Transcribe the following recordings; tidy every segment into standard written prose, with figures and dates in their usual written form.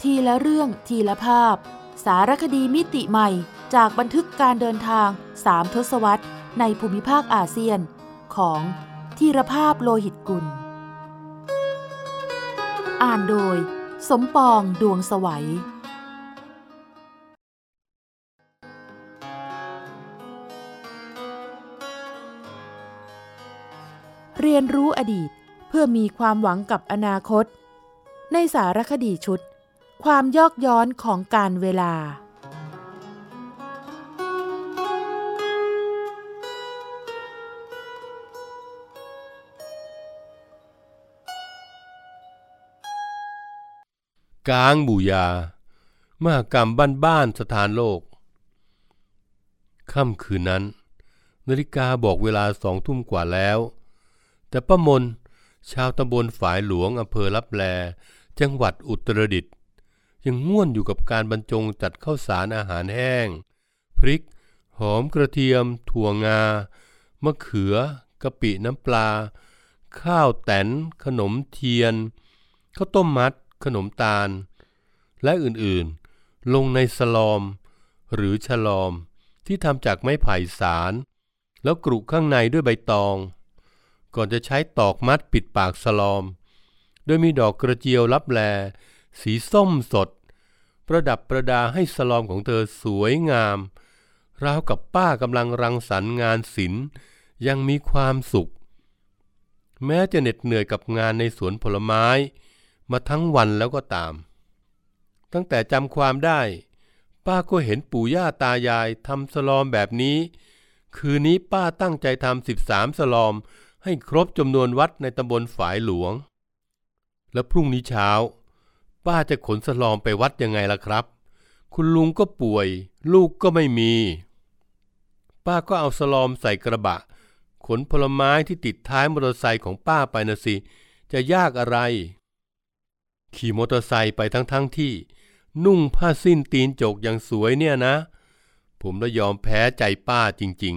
ทีละเรื่องทีละภาพสารคดีมิติใหม่จากบันทึกการเดินทาง3 ทศวรรษในภูมิภาคอาเซียนของธีรภาพโลหิตกุลอ่านโดยสมปองดวงไสวเรียนรู้อดีตเพื่อมีความหวังกับอนาคตในสารคดีชุดความยอกย้อนของกาลเวลากางบูยามหกรรมบ้านๆสถานโลกค่ำคืนนั้นนาฬิกาบอกเวลา2 ทุ่มกว่าแล้วแต่ป้ามนชาวตำบลฝายหลวงอำเภอลับแลจังหวัดอุตรดิตถ์ยังง่วนอยู่กับการบรรจงจัดข้าวสารอาหารแห้งพริกหอมกระเทียมถั่วงามะเขือกะปิน้ำปลาข้าวแตนขนมเทียนข้าวต้มมัดขนมตาลและอื่นๆลงในสลอมหรือฉลอมที่ทำจากไม้ไผ่สารแล้วกรุข้างในด้วยใบตองก่อนจะใช้ตอกมัดปิดปากสลอมโดยมีดอกกระเจียวลับแลสีส้มสดประดับประดาให้สลอมของเธอสวยงามราวกับป้ากำลังรังสรรค์งานศิลป์ยังมีความสุขแม้จะเหน็ดเหนื่อยกับงานในสวนผลไม้มาทั้งวันแล้วก็ตามตั้งแต่จำความได้ป้าก็เห็นปู่ย่าตายายทำสลอมแบบนี้คืนนี้ป้าตั้งใจทำ13 สลอมให้ครบจำนวนวัดในตำบลฝายหลวงและพรุ่งนี้เช้าป้าจะขนสลอมไปวัดยังไงล่ะครับคุณลุงก็ป่วยลูกก็ไม่มีป้าก็เอาสลอมใส่กระบะขนผลไม้ที่ติดท้ายมอเตอร์ไซค์ของป้าไปนะสิจะยากอะไรขี่มอเตอร์ไซค์ไปทั้งที่นุ่งผ้าสิ้นตีนจกอย่างสวยเนี่ยนะผมละยอมแพ้ใจป้าจริง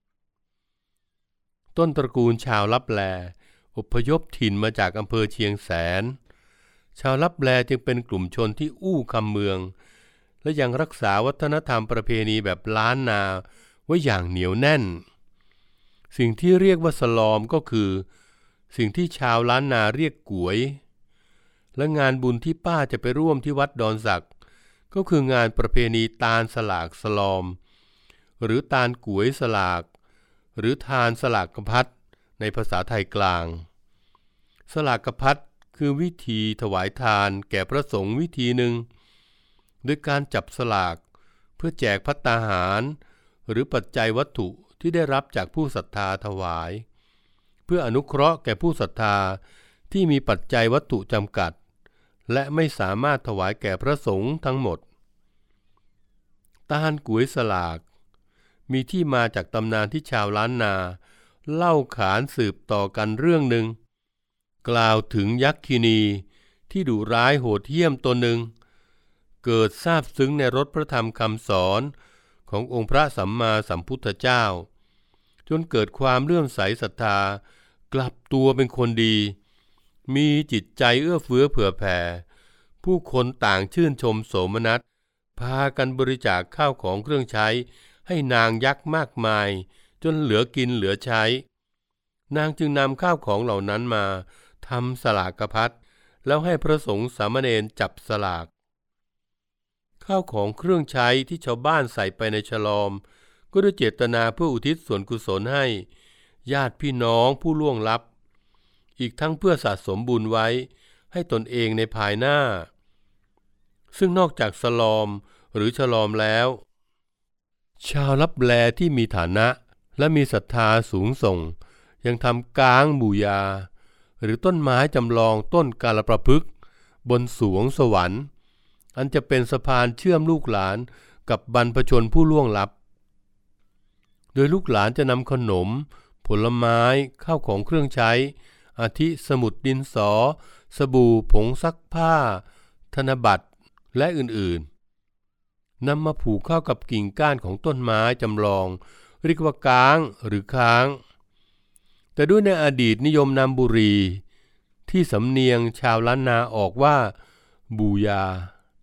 ๆต้นตระกูลชาวลับแลอพยพถิ่นมาจากอำเภอเชียงแสนชาวลับแลจึงเป็นกลุ่มชนที่อู้คำเมืองและยังรักษาวัฒนธรรมประเพณีแบบล้านนาไว้อย่างเหนียวแน่นสิ่งที่เรียกว่าสลอมก็คือสิ่งที่ชาวล้านนาเรียกก๋วยและงานบุญที่ป้าจะไปร่วมที่วัดดอนสักก็คืองานประเพณีตาลสลากสลอมหรือตาลก๋วยสลากหรือทานสลากกพัดในภาษาไทยกลางสลากกพัดคือวิธีถวายทานแก่พระสงฆ์วิธีหนึ่งโดยการจับสลากเพื่อแจกภัตตาหารหรือปัจจัยวัตถุที่ได้รับจากผู้ศรัทธาถวายเพื่ออนุเคราะห์แก่ผู้ศรัทธาที่มีปัจจัยวัตถุจำกัดและไม่สามารถถวายแก่พระสงฆ์ทั้งหมดตาลก๋วยสลากมีที่มาจากตำนานที่ชาวล้านนาเล่าขานสืบต่อกันเรื่องหนึ่งกล่าวถึงยักษินีที่ดุร้ายโหดเหี้ยมตนหนึ่งเกิดซาบซึ้งในรสพระธรรมคำสอนขององค์พระสัมมาสัมพุทธเจ้าจนเกิดความเลื่อมใสศรัทธากลับตัวเป็นคนดีมีจิตใจเอื้อเฟื้อเผื่อแผ่ผู้คนต่างชื่นชมโสมนัสพากันบริจาคข้าวของเครื่องใช้ให้นางยักษ์มากมายจนเหลือกินเหลือใช้นางจึงนำข้าวของเหล่านั้นมาทำสลากพัดแล้วให้พระสงฆ์สามเณรจับสลากข้าวของเครื่องใช้ที่ชาวบ้านใส่ไปในฉลอมก็ด้วยเจตนาเพื่ออุทิศส่วนกุศลให้ญาติพี่น้องผู้ล่วงลับอีกทั้งเพื่อสะสมบุญไว้ให้ตนเองในภายหน้าซึ่งนอกจากสลอมหรือฉลอมแล้วชาวลับแลที่มีฐานะและมีศรัทธาสูงส่งยังทำกางบูยาหรือต้นไม้จำลองต้นกาลประพฤกษ์บนสวงสวรรค์อันจะเป็นสะพานเชื่อมลูกหลานกับบรรพชนผู้ล่วงลับโดยลูกหลานจะนำขนมผลไม้ข้าวของเครื่องใช้อาทิสมุดดินสอสบู่ผงซักผ้าธนบัตรและอื่นๆนำมาผูกเข้ากับกิ่งก้านของต้นไม้จำลองเรียกว่ากางหรือค้างแต่ด้วยในอดีตนิยมนำบุหรี่ที่สำเนียงชาวล้านนาออกว่าบูยา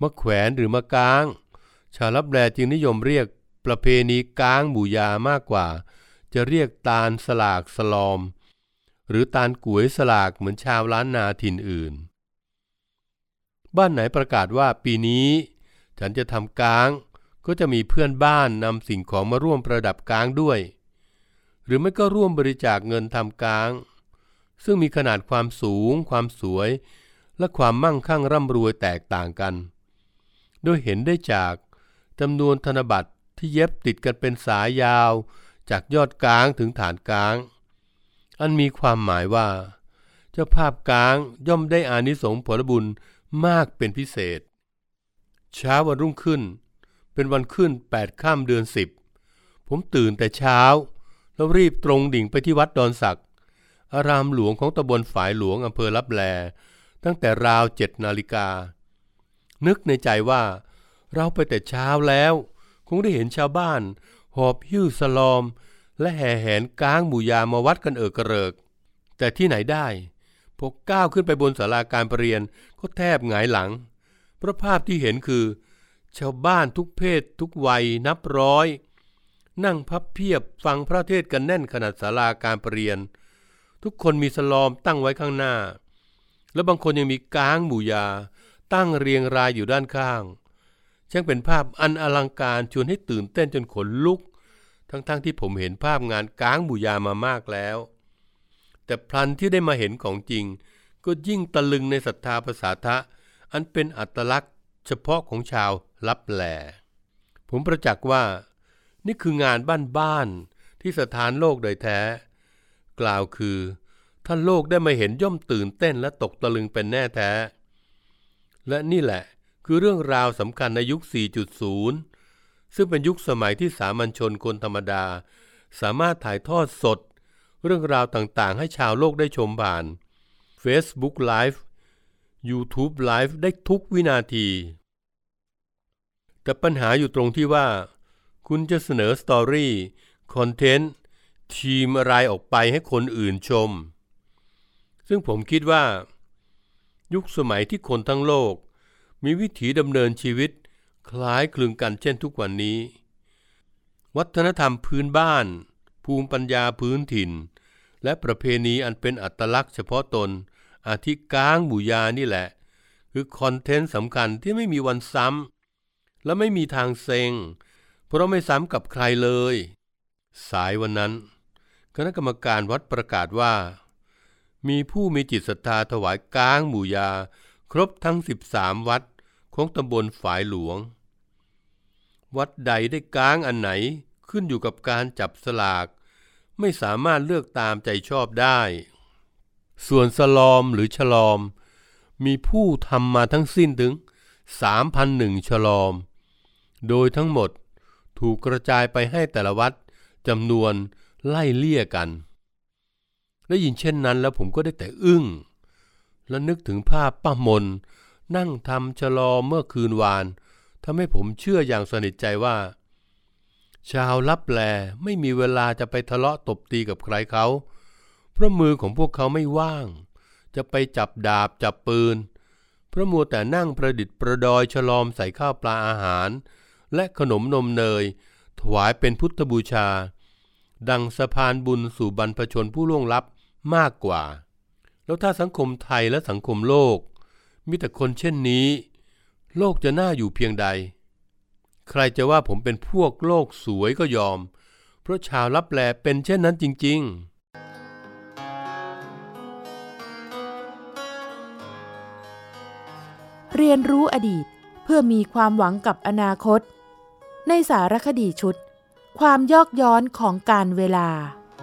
มะแขวนหรือมะก้างชาวลับแลจึงนิยมเรียกประเพณีก้างบูยามากกว่าจะเรียกตาลสลากสลอมหรือตาลก๋วยสลากเหมือนชาวล้านนาถิ่นอื่นบ้านไหนประกาศว่าปีนี้ฉันจะทำก้างก็จะมีเพื่อนบ้านนำสิ่งของมาร่วมประดับก้างด้วยหรือไม่ก็ร่วมบริจาคเงินทำก้างซึ่งมีขนาดความสูงความสวยและความมั่งคั่งร่ำรวยแตกต่างกันโดยเห็นได้จากจำนวนธนบัตรที่เย็บติดกันเป็นสายยาวจากยอดก้างถึงฐานก้างอันมีความหมายว่าเจ้าภาพก้างย่อมได้อานิสงส์ผลบุญมากเป็นพิเศษเช้าวันรุ่งขึ้นเป็นวันขึ้น8 ค่ำเดือน10ผมตื่นแต่เช้าแล้วรีบตรงดิ่งไปที่วัดดอนสักอารามหลวงของตำบลฝายหลวงอำเภอลับแลตั้งแต่ราว7 นาฬิกานึกในใจว่าเราไปแต่เช้าแล้วคงได้เห็นชาวบ้านหอบหิ้วสลอมและแห่แหนก้างบูยามาวัดกันกระเริกแต่ที่ไหนได้พอก้าวขึ้นไปบนศาลาการประเรียนก็แทบหงายหลังเพราะภาพที่เห็นคือชาวบ้านทุกเพศทุกวัยนับร้อยนั่งพับเพียบฟังพระเทศน์กันแน่นขนาดศาลาการประเรียนทุกคนมีสลอมตั้งไว้ข้างหน้าและบางคนยังมีก้างบูยาตั้งเรียงรายอยู่ด้านข้างช่างเป็นภาพอันอลังการชวนให้ตื่นเต้นจนขนลุกทั้งที่ผมเห็นภาพงานก้างบูยามามากแล้วแต่พลันที่ได้มาเห็นของจริงก็ยิ่งตะลึงในศรัทธาภาษาทะอันเป็นอัตลักษณ์เฉพาะของชาวลับแลผมประจักษ์ว่านี่คืองานบ้านๆที่สถานโลกโดยแท้กล่าวคือท่านโลกได้มาเห็นย่อมตื่นเต้นและตกตะลึงเป็นแน่แท้และนี่แหละคือเรื่องราวสำคัญในยุค 4.0 ซึ่งเป็นยุคสมัยที่สามัญชนคนธรรมดาสามารถถ่ายทอดสดเรื่องราวต่างๆให้ชาวโลกได้ชมผ่าน Facebook Live YouTube Live ได้ทุกวินาทีแต่ปัญหาอยู่ตรงที่ว่าคุณจะเสนอสตอรี่คอนเทนต์ทีมอะไรออกไปให้คนอื่นชมซึ่งผมคิดว่ายุคสมัยที่คนทั้งโลกมีวิถีดำเนินชีวิตคล้ายคลึงกันเช่นทุกวันนี้วัฒนธรรมพื้นบ้านภูมิปัญญาพื้นถิ่นและประเพณีอันเป็นอัตลักษณ์เฉพาะตนอาทิก้างบูยานี่แหละคือคอนเทนต์สำคัญที่ไม่มีวันซ้ำและไม่มีทางเซ็งเพราะไม่ซ้ำกับใครเลยสายวันนั้นคณะกรรมการวัดประกาศว่ามีผู้มีจิตศรัทธาถวายก้างบูยาครบทั้ง13วัดของตำบลฝายหลวงวัดใดได้ก้างอันไหนขึ้นอยู่กับการจับสลากไม่สามารถเลือกตามใจชอบได้ส่วนสลอมหรือฉลอมมีผู้ทำมาทั้งสิ้นถึง 3,001 ฉลอมโดยทั้งหมดถูกกระจายไปให้แต่ละวัดจำนวนไล่เลี่ยกันได้ยินเช่นนั้นแล้วผมก็ได้แต่อึ้งและนึกถึงภาพป้ามนนั่งทำฉลอมเมื่อคืนวานทำให้ผมเชื่ออย่างสนิทใจว่าชาวลับแลไม่มีเวลาจะไปทะเลาะตบตีกับใครเขาเพราะมือของพวกเขาไม่ว่างจะไปจับดาบจับปืนเพราะมัวแต่นั่งประดิษฐ์ประดอยฉลอมใส่ข้าวปลาอาหารและขนมนมเนยถวายเป็นพุทธบูชาดังสะพานบุญสู่บรรพชนผู้ล่วงลับมากกว่าแล้วถ้าสังคมไทยและสังคมโลกมีแต่คนเช่นนี้โลกจะน่าอยู่เพียงใดใครจะว่าผมเป็นพวกโลกสวยก็ยอมเพราะชาวลับแลเป็นเช่นนั้นจริงๆเรียนรู้อดีตเพื่อมีความหวังกับอนาคตในสารคดีชุดความยอกย้อนของกาลเวลา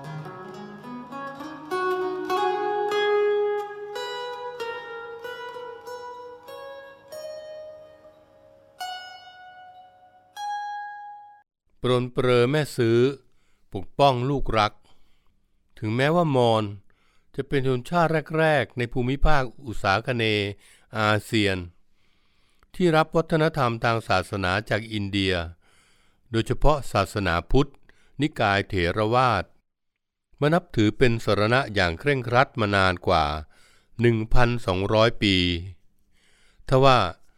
ปรนเปรอแม่ซื้อปกป้องลูกรักถึงแม้ว่ามอญจะเป็นชนชาติแรกๆในภูมิภาคอุษาคเนย์อาเซียนที่รับวัฒนธรรมทางศาสนาจากอินเดียโดยเฉพาะศาสนาพุทธนิกายเถรวาทมานับถือเป็นสรณะอย่างเคร่งครัดมานานกว่า 1,200 ปีทว่า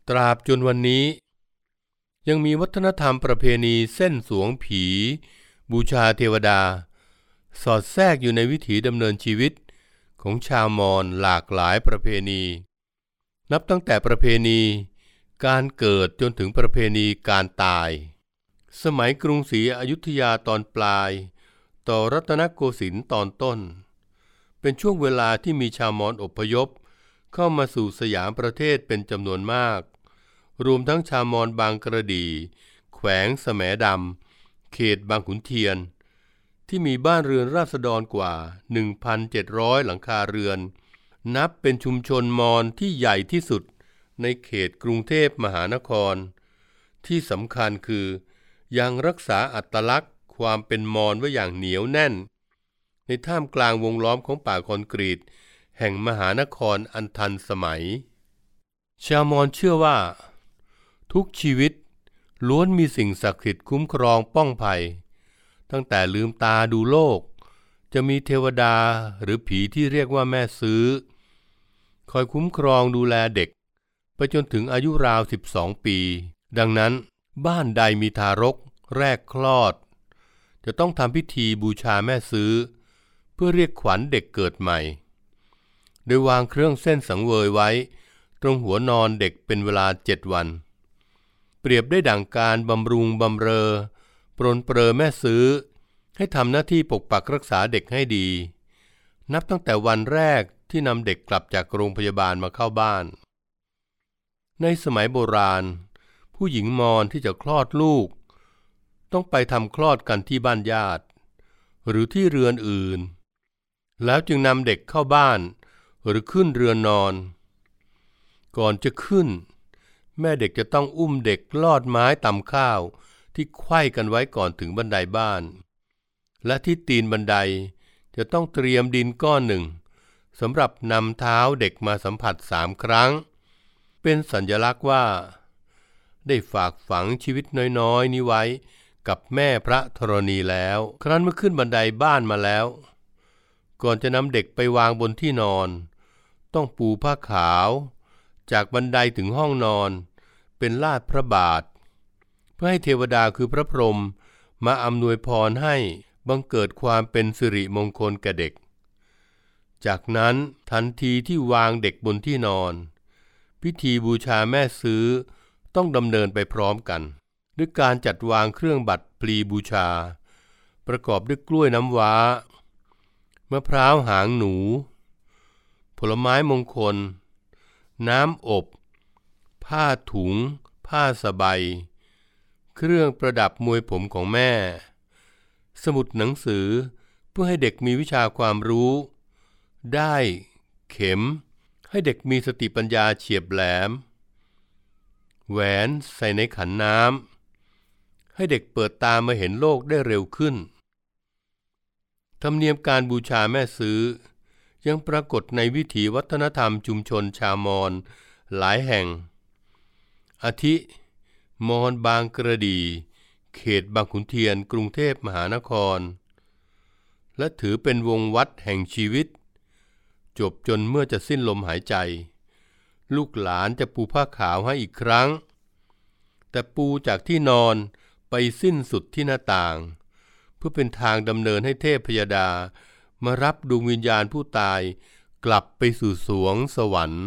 ตราบจนวันนี้ยังมีวัฒนธรรมประเพณีเส้นสวงผีบูชาเทวดาสอดแทรกอยู่ในวิถีดำเนินชีวิตของชาวมอญหลากหลายประเพณีนับตั้งแต่ประเพณีการเกิดจนถึงประเพณีการตายสมัยกรุงศรีอยุธยาตอนปลายต่อรัตนโกสินทร์ตอนต้นเป็นช่วงเวลาที่มีชาวมอญอพยพเข้ามาสู่สยามประเทศเป็นจำนวนมากรวมทั้งชาวมอญบางกระดีแขวงแสมดำเขตบางขุนเทียนที่มีบ้านเรือนราษฎรกว่า 1,700 หลังคาเรือนนับเป็นชุมชนมอญที่ใหญ่ที่สุดในเขตกรุงเทพมหานครที่สำคัญคือยังรักษาอัตลักษณ์ความเป็นมอญไว้อย่างเหนียวแน่นในท่ามกลางวงล้อมของป่าคอนกรีตแห่งมหานครอันทันสมัยชาวมอญเชื่อว่าทุกชีวิตล้วนมีสิ่งศักดิ์สิทธิ์คุ้มครองป้องภัยตั้งแต่ลืมตาดูโลกจะมีเทวดาหรือผีที่เรียกว่าแม่ซื้อคอยคุ้มครองดูแลเด็กไปจนถึงอายุราว12 ปีดังนั้นบ้านใดมีทารกแรกคลอดจะต้องทำพิธีบูชาแม่ซื้อเพื่อเรียกขวัญเด็กเกิดใหม่โดยวางเครื่องเส้นสังเวยไว้ตรงหัวนอนเด็กเป็นเวลา7 วันเปรียบได้ดั่งการบำรุงบำเรอปรนเปรอแม่ซื้อให้ทำหน้าที่ปกปักรักษาเด็กให้ดีนับตั้งแต่วันแรกที่นำเด็กกลับจากโรงพยาบาลมาเข้าบ้านในสมัยโบราณผู้หญิงมอญที่จะคลอดลูกต้องไปทำคลอดกันที่บ้านญาติหรือที่เรือนอื่นแล้วจึงนำเด็กเข้าบ้านหรือขึ้นเรือนนอนก่อนจะขึ้นแม่เด็กจะต้องอุ้มเด็กลอดไม้ตำข้าวที่ไขว้กันไว้ก่อนถึงบันไดบ้านและที่ตีนบันไดจะต้องเตรียมดินก้อนหนึ่งสำหรับนำเท้าเด็กมาสัมผัส3 ครั้งเป็นสัญลักษณ์ว่าได้ฝากฝังชีวิตน้อยๆนี้ไว้กับแม่พระธรณีแล้วครั้นเมื่อขึ้นบันไดบ้านมาแล้วก่อนจะนำเด็กไปวางบนที่นอนต้องปูผ้าขาวจากบันไดถึงห้องนอนเป็นลาดพระบาทเพื่อให้เทวดาคือพระพรหมมาอำนวยพรให้บังเกิดความเป็นสิริมงคลแก่เด็กจากนั้นทันทีที่วางเด็กบนที่นอนพิธีบูชาแม่ซื้อต้องดำเนินไปพร้อมกันด้วยการจัดวางเครื่องบัตรพลีบูชาประกอบด้วยกล้วยน้ำว้ามะพร้าวหางหนูผลไม้มงคลน้ำอบผ้าถุงผ้าสบายเครื่องประดับมวยผมของแม่สมุดหนังสือเพื่อให้เด็กมีวิชาความรู้ได้เข็มให้เด็กมีสติปัญญาเฉียบแหลมแหวนใส่ในขันน้ำให้เด็กเปิดตามาเห็นโลกได้เร็วขึ้นธรรมเนียมการบูชาแม่ซื้อยังปรากฏในวิถีวัฒนธรรมชุมชนชาวมอญหลายแห่งอาทิมอญบางกระดีเขตบางขุนเทียนกรุงเทพมหานครและถือเป็นวงวัดแห่งชีวิตจบจนเมื่อจะสิ้นลมหายใจลูกหลานจะปูผ้าขาวให้อีกครั้งแต่ปูจากที่นอนไปสิ้นสุดที่หน้าต่างเพื่อเป็นทางดำเนินให้เทพพยดามารับดวงวิญญาณผู้ตายกลับไปสู่สวงสวรรค์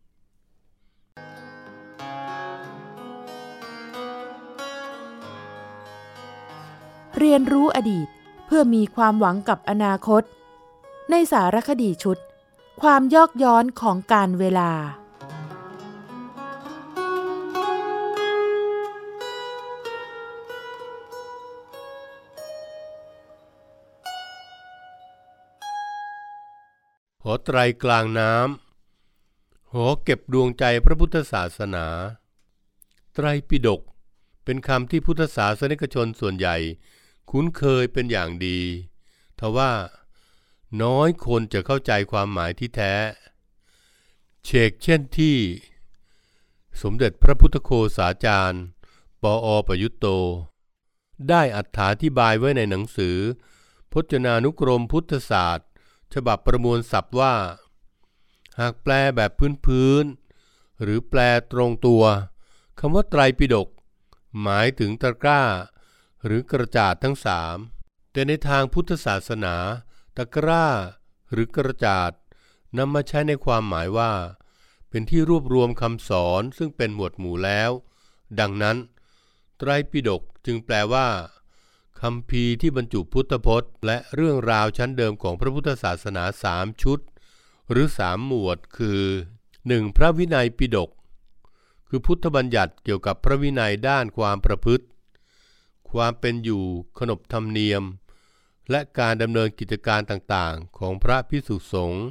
เรียนรู้อดีตเพื่อมีความหวังกับอนาคตในสารคดีชุดความยอกย้อนของกาลเวลาหอไตรกลางน้ำหอเก็บดวงใจพระพุทธศาสนาไตรปิฎกเป็นคำที่พุทธศาสนิกชนส่วนใหญ่คุ้นเคยเป็นอย่างดีทว่าน้อยคนจะเข้าใจความหมายที่แท้เชกเช่นที่สมเด็จพระพุทธโฆษาจารย์ปอ.ประยุตโตได้อรรถาธิบายไว้ในหนังสือพจนานุกรมพุทธศาสตร์ฉบับประมวลศัพท์ว่าหากแปลแบบพื้นหรือแปลตรงตัวคำว่าไตรปิฎกหมายถึงตะกร้าหรือกระจาดทั้งสามแต่ในทางพุทธศาสนาตะกร้าหรือกระจาดนำมาใช้ในความหมายว่าเป็นที่รวบรวมคำสอนซึ่งเป็นหมวดหมู่แล้วดังนั้นไตรปิฎกจึงแปลว่าคัมภีร์ที่บรรจุพุทธพจน์และเรื่องราวชั้นเดิมของพระพุทธศาสนา3ชุดหรือ3หมวดคือ 1. พระวินัยปิฎกคือพุทธบัญญัติเกี่ยวกับพระวินัยด้านความประพฤติความเป็นอยู่ขนบธรรมเนียมและการดำเนินกิจการต่างๆของพระภิกษุสงฆ์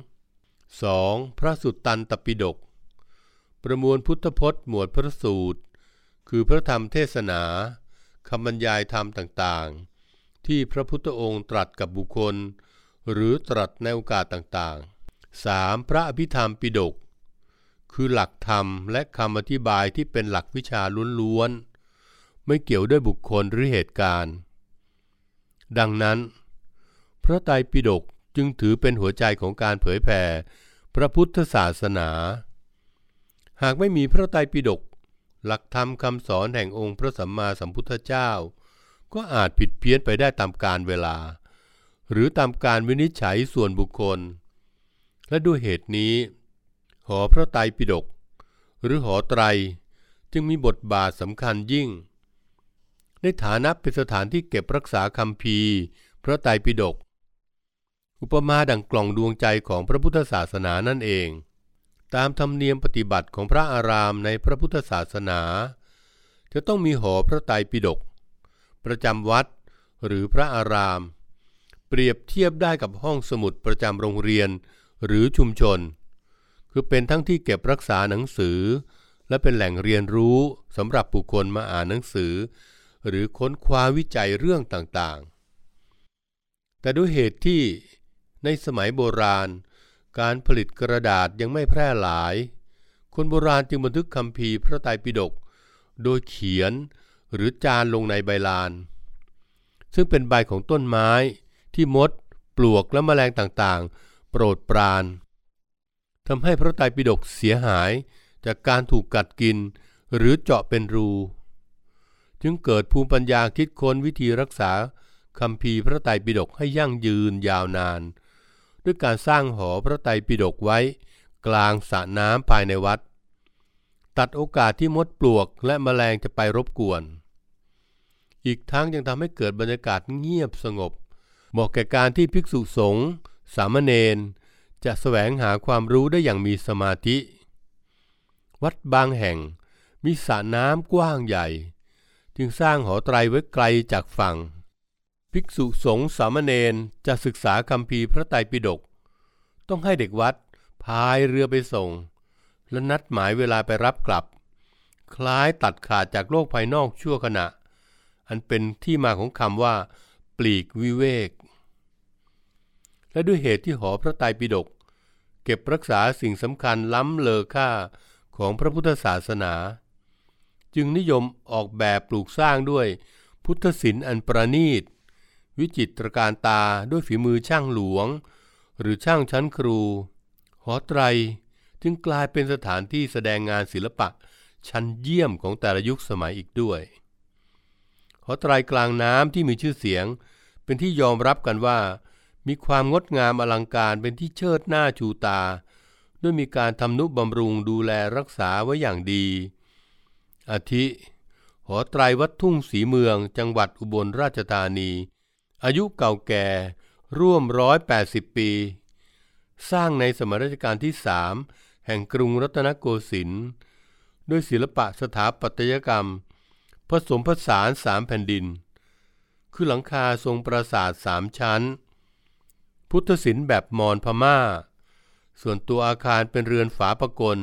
2. พระสุตตันตปิฎกประมวลพุทธพจน์หมวดพระสูตรคือพระธรรมเทศนาคำบรรยายธรรมต่างๆที่พระพุทธองค์ตรัสกับบุคคลหรือตรัสในโอกาสต่างๆ 3. พระอภิธรรมปิฎกคือหลักธรรมและคำอธิบายที่เป็นหลักวิชาล้วนๆไม่เกี่ยวด้วยบุคคลหรือเหตุการณ์ดังนั้นพระไตรปิฎกจึงถือเป็นหัวใจของการเผยแผ่พระพุทธศาสนาหากไม่มีพระไตรปิฎกหลักธรรมคำสอนแห่งองค์พระสัมมาสัมพุทธเจ้าก็อาจผิดเพี้ยนไปได้ตามกาลเวลาหรือตามการวินิจฉัยส่วนบุคคลและด้วยเหตุนี้หอพระไตรปิฎกหรือหอไตรจึงมีบทบาทสำคัญยิ่งในฐานะเป็นสถานที่เก็บรักษาคัมภีร์พระไตรปิฎกอุปมาดังกล่องดวงใจของพระพุทธศาสนานั่นเองตามธรรมเนียมปฏิบัติของพระอารามในพระพุทธศาสนาจะต้องมีหอพระไตรปิฎกประจำวัดหรือพระอารามเปรียบเทียบได้กับห้องสมุดประจำโรงเรียนหรือชุมชนคือเป็นทั้งที่เก็บรักษาหนังสือและเป็นแหล่งเรียนรู้สำหรับบุคคลมาอ่านหนังสือหรือค้นคว้าวิจัยเรื่องต่างๆแต่ด้วยเหตุที่ในสมัยโบราณการผลิตกระดาษยังไม่แพร่หลายคนโบราณจึงบันทึกคัมภีร์พระไตรปิฎกโดยเขียนหรือจารึกลงในใบลานซึ่งเป็นใบของต้นไม้ที่มดปลวกและแมลงต่างๆโปรดปรานทำให้พระไตรปิฎกเสียหายจากการถูกกัดกินหรือเจาะเป็นรูจึงเกิดภูมิปัญญาคิดค้นวิธีรักษาคัมภีร์พระไตรปิฎกให้ยั่งยืนยาวนานด้วยการสร้างหอพระไตรปิฎกไว้กลางสระน้ำภายในวัดตัดโอกาสที่มดปลวกและแมลงจะไปรบกวนอีกทั้งยังทำให้เกิดบรรยากาศเงียบสงบเหมาะแก่การที่ภิกษุสงฆ์สามเณรจะแสวงหาความรู้ได้อย่างมีสมาธิวัดบางแห่งมีสระน้ำกว้างใหญ่จึงสร้างหอไตรไว้ไกลจากฝั่งภิกษุสงฆ์สามเณรจะศึกษาคัมภีร์พระไตรปิฎกต้องให้เด็กวัดพายเรือไปส่งและนัดหมายเวลาไปรับกลับคล้ายตัดขาดจากโลกภายนอกชั่วขณะอันเป็นที่มาของคำว่าปลีกวิเวกและด้วยเหตุที่หอพระไตรปิฎกเก็บรักษาสิ่งสำคัญล้ำเลอค่าของพระพุทธศาสนาจึงนิยมออกแบบปลูกสร้างด้วยพุทธศิลป์อันประณีตวิจิตรการตาด้วยฝีมือช่างหลวงหรือช่างชั้นครูหอไตรจึงกลายเป็นสถานที่แสดงงานศิลปะชั้นเยี่ยมของแต่ละยุคสมัยอีกด้วยหอไตรกลางน้ำที่มีชื่อเสียงเป็นที่ยอมรับกันว่ามีความงดงามอลังการเป็นที่เชิดหน้าชูตาด้วยมีการทำนุบำรุงดูแลรักษาไว้อย่างดีอาทิหอไตรวัดทุ่งศรีเมืองจังหวัดอุบลราชธานีอายุเก่าแก่ร่วม180 ปีสร้างในสมัยรัชกาลที่3แห่งกรุงรัตนโกสินทร์ด้วยศิลปะสถาปัตยกรรมผสมผสาน3แผ่นดินคือหลังคาทรงปราสาท3ชั้นพุทธศิลป์แบบมอญพม่าส่วนตัวอาคารเป็นเรือนฝาปกล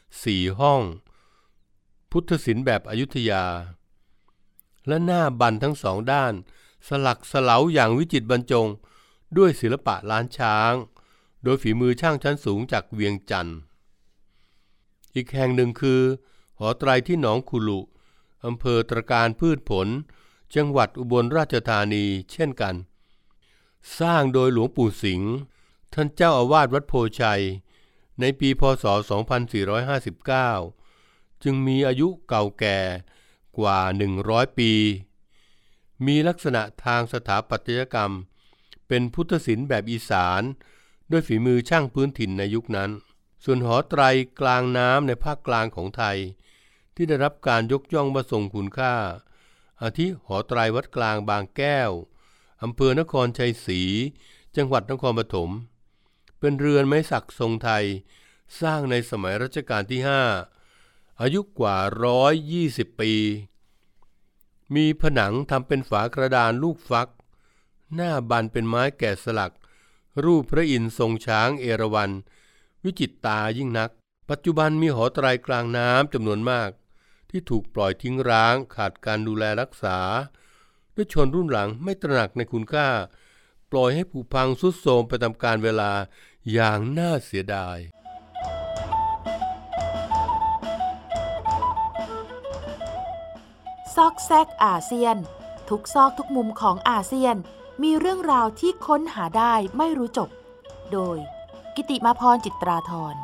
4 ห้องพุทธศิลป์แบบอยุธยาและหน้าบันทั้ง2 ด้านสลักสลาอย่างวิจิตรบรรจงด้วยศิลปะล้านช้างโดยฝีมือช่างชั้นสูงจากเวียงจันทร์อีกแห่งหนึ่งคือหอไตรที่หนองคุลุอำเภอตระการพืชผลจังหวัดอุบลราชธานีเช่นกันสร้างโดยหลวงปู่สิงห์ท่านเจ้าอาวาสวัดโพชัยในปีพ.ศ. 2459จึงมีอายุเก่าแก่กว่า100ปีมีลักษณะทางสถาปัตยกรรมเป็นพุทธศิลป์แบบอีสานด้วยฝีมือช่างพื้นถิ่นในยุคนั้นส่วนหอไตรกลางน้ำในภาคกลางของไทยที่ได้รับการยกย่องว่าทรงคุณค่าอาทิหอไตรวัดกลางบางแก้วอำเภอนครชัยศรีจังหวัดนครปฐมเป็นเรือนไม้สักทรงไทยสร้างในสมัยรัชกาลที่5อายุกว่า120ปีมีผนังทำเป็นฝากระดานลูกฟักหน้าบันเป็นไม้แกะสลักรูปพระอินทร์ทรงช้างเอราวัณวิจิตรตายิ่งนักปัจจุบันมีหอไตรกลางน้ำจำนวนมากที่ถูกปล่อยทิ้งร้างขาดการดูแลรักษาด้วยชนรุ่นหลังไม่ตระหนักในคุณค่าปล่อยให้ผุพังทรุดโทรมไปตามกาลเวลาอย่างน่าเสียดายซอกแซกอาเซียนทุกซอกทุกมุมของอาเซียนมีเรื่องราวที่ค้นหาได้ไม่รู้จบโดยกิติมาพรจิตราธร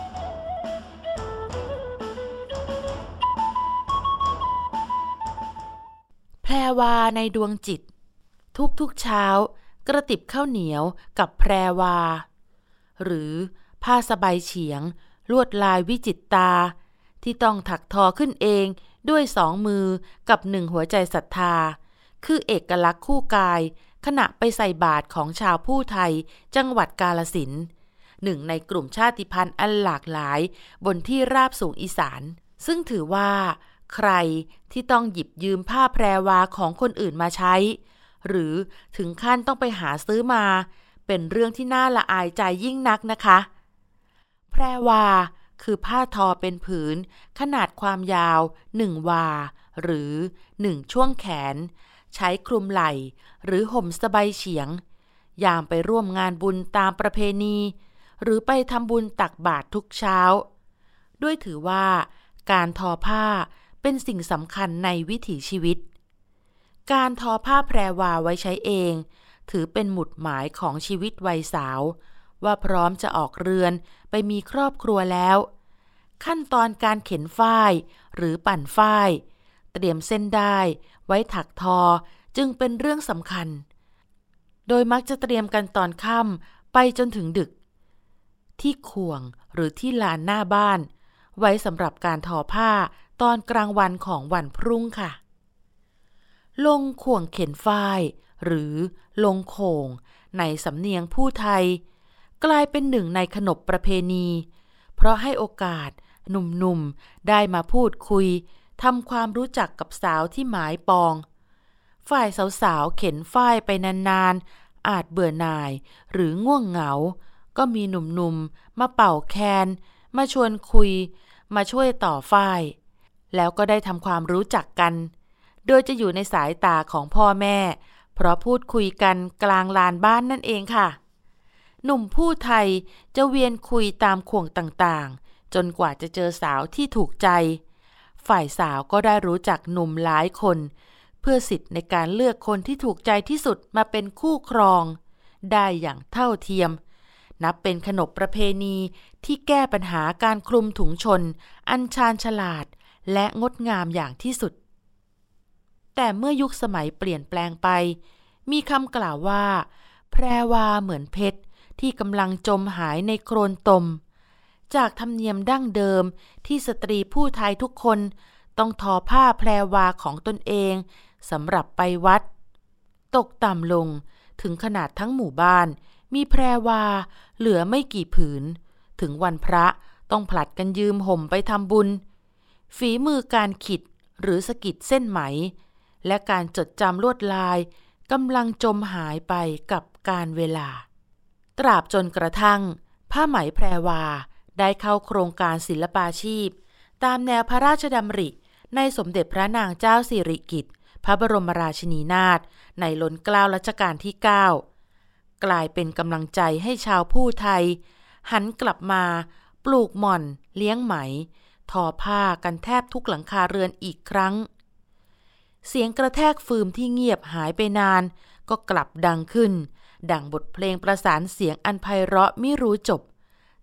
แพรวาในดวงจิตทุกเช้ากระติบข้าวเหนียวกับแพรวาหรือผ้าสบายเฉียงลวดลายวิจิตรตาที่ต้องถักทอขึ้นเองด้วย2 มือกับ1หัวใจศรัทธาคือเอกลักษณ์คู่กายขณะไปใส่บาตรของชาวผู้ไทยจังหวัดกาฬสินธุ์หนึ่งในกลุ่มชาติพันธุ์อันหลากหลายบนที่ราบสูงอีสานซึ่งถือว่าใครที่ต้องหยิบยืมผ้าแพรวาของคนอื่นมาใช้หรือถึงขั้นต้องไปหาซื้อมาเป็นเรื่องที่น่าละอายใจยิ่งนักนะคะแพรวาคือผ้าทอเป็นผืนขนาดความยาว1 วาหรือ1ช่วงแขนใช้คลุมไหล่หรือห่มสบายเฉียงยามไปร่วมงานบุญตามประเพณีหรือไปทำบุญตักบาตรทุกเช้าด้วยถือว่าการทอผ้าเป็นสิ่งสำคัญในวิถีชีวิตการทอผ้าแพรวาไว้ใช้เองถือเป็นหมุดหมายของชีวิตวัยสาวว่าพร้อมจะออกเรือนไปมีครอบครัวแล้วขั้นตอนการเข็นฝ้ายหรือปั่นฝ้ายเตรียมเส้นได้ไว้ถักทอจึงเป็นเรื่องสำคัญโดยมักจะเตรียมกันตอนค่ำไปจนถึงดึกที่ข่วงหรือที่ลานหน้าบ้านไว้สำหรับการทอผ้าตอนกลางวันของวันพรุ่งค่ะลงข่วงเข็นฝ้ายหรือลงโข่งในสำเนียงผู้ไทยกลายเป็นหนึ่งในขนบประเพณีเพราะให้โอกาสหนุ่มๆได้มาพูดคุยทำความรู้จักกับสาวที่หมายปองฝ่ายสาวๆเข็นฝ้ายไปนานๆอาจเบื่อหน่ายหรือง่วงเหงาก็มีหนุ่มๆมาเป่าแคนมาชวนคุยมาช่วยต่อฝ้ายแล้วก็ได้ทำความรู้จักกันโดยจะอยู่ในสายตาของพ่อแม่เพราะพูดคุยกันกลางลานบ้านนั่นเองค่ะหนุ่มผู้ไทยจะเวียนคุยตามข่วงต่างๆจนกว่าจะเจอสาวที่ถูกใจฝ่ายสาวก็ได้รู้จักหนุ่มหลายคนเพื่อสิทธิ์ในการเลือกคนที่ถูกใจที่สุดมาเป็นคู่ครองได้อย่างเท่าเทียมนับเป็นขนบประเพณีที่แก้ปัญหาการคลุมถุงชนอันชาญฉลาดและงดงามอย่างที่สุดแต่เมื่อยุคสมัยเปลี่ยนแปลงไปมีคำกล่าวว่าแพรวาเหมือนเพชรที่กำลังจมหายในโคลนตมจากธรรมเนียมดั้งเดิมที่สตรีผู้ไทยทุกคนต้องทอผ้าแพรวาของตนเองสำหรับไปวัดตกต่ำลงถึงขนาดทั้งหมู่บ้านมีแพรวาเหลือไม่กี่ผืนถึงวันพระต้องผลัดกันยืมห่มไปทำบุญฝีมือการขิดหรือสะกิดเส้นไหมและการจดจำลวดลายกำลังจมหายไปกับกาลเวลาตราบจนกระทั่งผ้าไหมแพรวาได้เข้าโครงการศิลปาชีพตามแนวพระราชดำริในสมเด็จพระนางเจ้าสิริกิติ์พระบรมราชินีนาถในล้นเกล้ารัชกาลที่ 9กลายเป็นกำลังใจให้ชาวผู้ไทยหันกลับมาปลูกหม่อนเลี้ยงไหมทอผ้ากันแทบทุกหลังคาเรือนอีกครั้งเสียงกระแทกฟืมที่เงียบหายไปนานก็กลับดังขึ้นดั่งบทเพลงประสานเสียงอันไพเราะไม่รู้จบ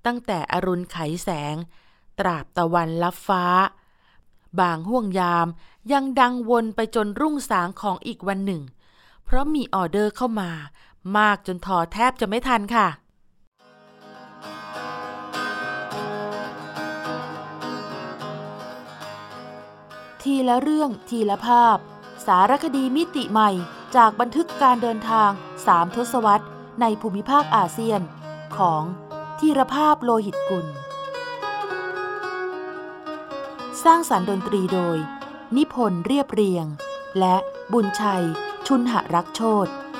ตั้งแต่อรุณไขแสงตราบตะวันลับฟ้าบางห่วงยามยังดังวนไปจนรุ่งสางของอีกวันหนึ่งเพราะมีออเดอร์เข้ามามากจนทอแทบจะไม่ทันค่ะทีละเรื่องทีละภาพสารคดีมิติใหม่จากบันทึกการเดินทาง3 ทศวรรษในภูมิภาคอาเซียนของธีรภาพโลหิตกุลสร้างสรรค์ดนตรีโดยนิพนธ์เรียบเรียงและบุญชัยชุนหรักโชติ